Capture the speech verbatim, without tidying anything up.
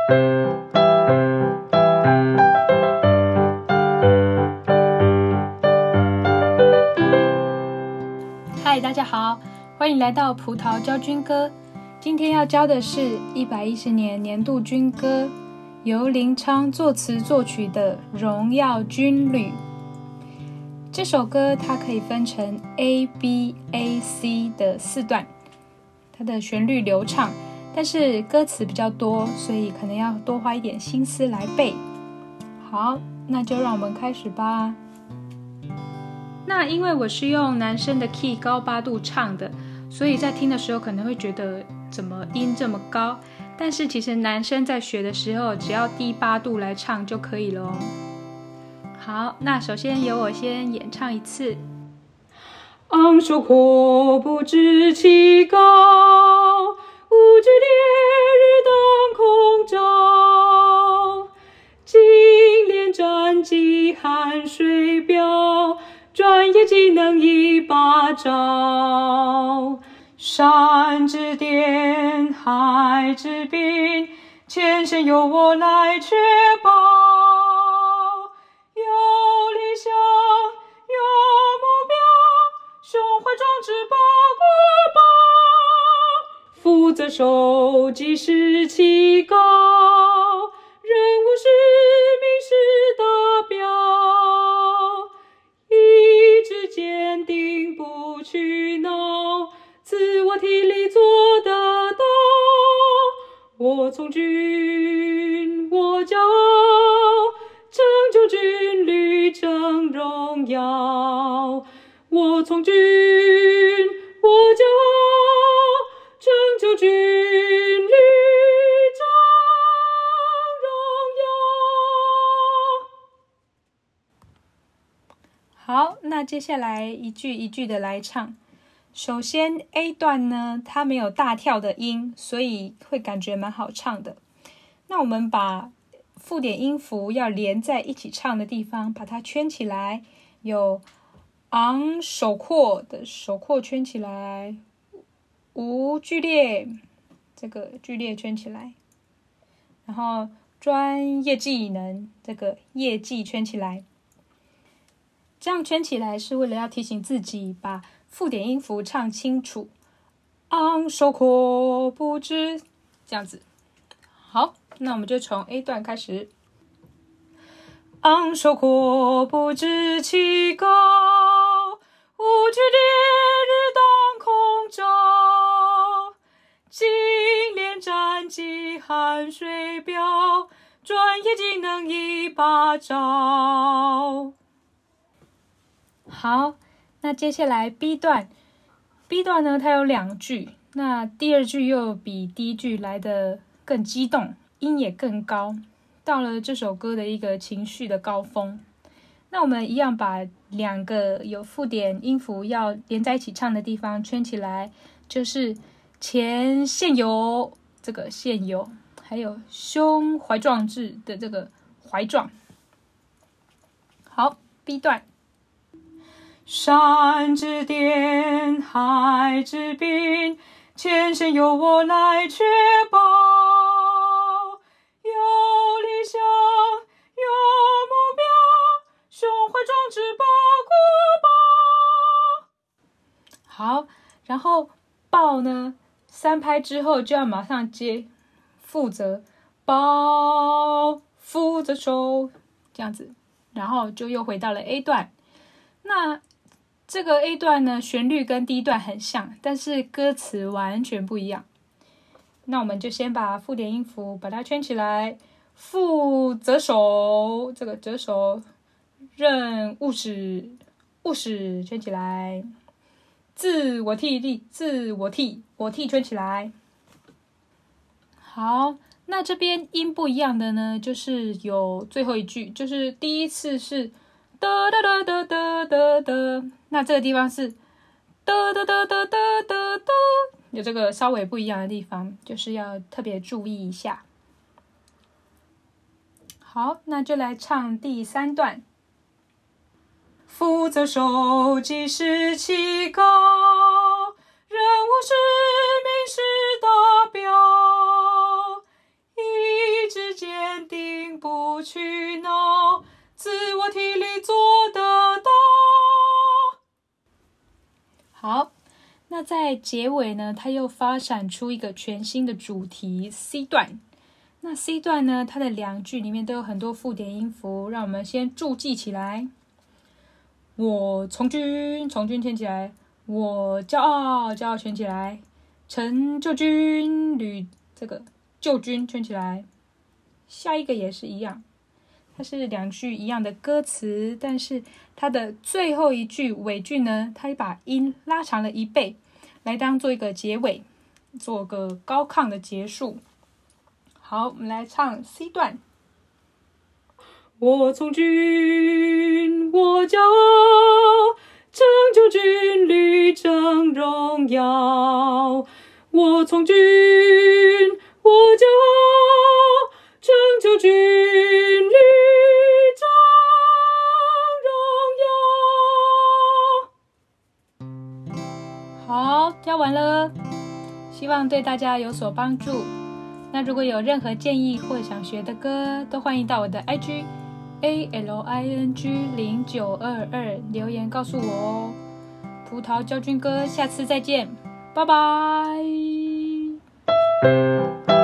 嗨，大家好，欢迎来到葡萄教军歌。今天要教的是一百一十年年度军歌，由林昌作词作曲的《荣耀军旅》。这首歌它可以分成 A、B、A、C 的四段，它的旋律流畅，但是歌词比较多，所以可能要多花一点心思来背。好，那就让我们开始吧。那因为我是用男生的 key 高八度唱的，所以在听的时候可能会觉得怎么音这么高，但是其实男生在学的时候只要低八度来唱就可以了哦。好，那首先由我先演唱一次。昂首阔步志气高，无惧烈日当空照，精炼战绩汗水飙，专业技能一把照。山之巅，海之滨，前线由我来确保。有理想，有目标，胸怀壮志报国宝。负责守纪士气高，任务使命是达标。意志坚定不屈挠，自我体力做得到。我从军，我骄傲，成就军旅争荣耀。我从军，我骄傲，成就军旅争荣耀。好，那接下来一句一句的来唱。首先 A 段呢，它没有大跳的音，所以会感觉蛮好唱的。那我们把附点音符要连在一起唱的地方把它圈起来，有昂手阔的手阔圈起来，无剧烈这个剧烈圈起来，然后专业技能这个业绩圈起来。这样圈起来是为了要提醒自己把附点音符唱清楚，昂首阔步志，这样子。好，那我们就从 A 段开始。昂首阔步志气高，无惧烈日当空照，精炼战绩汗水飙，专业技能一把照。好，那接下来 B 段 B 段呢，它有两句，那第二句又比第一句来得更激动，音也更高，到了这首歌的一个情绪的高峰。那我们一样把两个有附点音符要连在一起唱的地方圈起来，就是前线有这个线有，还有胸怀壮志的这个怀壮。好， B 段。山之巅，海之滨，前线由我来确保。有理想，有目标，胸怀壮志报国宝。好，然后报呢，三拍之后就要马上接负责报，负责守，这样子，然后就又回到了 A 段。那这个 A 段呢，旋律跟第一段很像，但是歌词完全不一样。那我们就先把附点音符把它圈起来，负责守这个责守，任务使务使圈起来，自我替力自我替我替圈起来。好，那这边音不一样的呢，就是有最后一句，就是第一次是哒哒哒哒哒哒哒，那这个地方是哒哒哒哒哒哒哒，有这个稍微不一样的地方，就是要特别注意一下。好，那就来唱第三段。负责守纪士气高，任务使命是达标，意志进不去恼，自我体力做得到。好，那在结尾呢，它又发展出一个全新的主题 C 段。那 C 段呢，它的两句里面都有很多附点音符，让我们先注记起来。我从军，从军圈起来；我骄傲，骄傲圈起来；陈救军，吕这个救军圈起来。下一个也是一样，它是两句一样的歌词，但是它的最后一句尾句呢，它把音拉长了一倍，来当做一个结尾，做个高亢的结束。好，我们来唱 C 段。我从军，我骄傲，拯救军旅争荣耀。我从军，我骄傲，拯救军旅争荣耀。好，教完了，希望对大家有所帮助。那如果有任何建议或想学的歌，都欢迎到我的 I G A L I N G 零九二二留言告诉我哦。葡萄教军歌，下次再见，拜拜。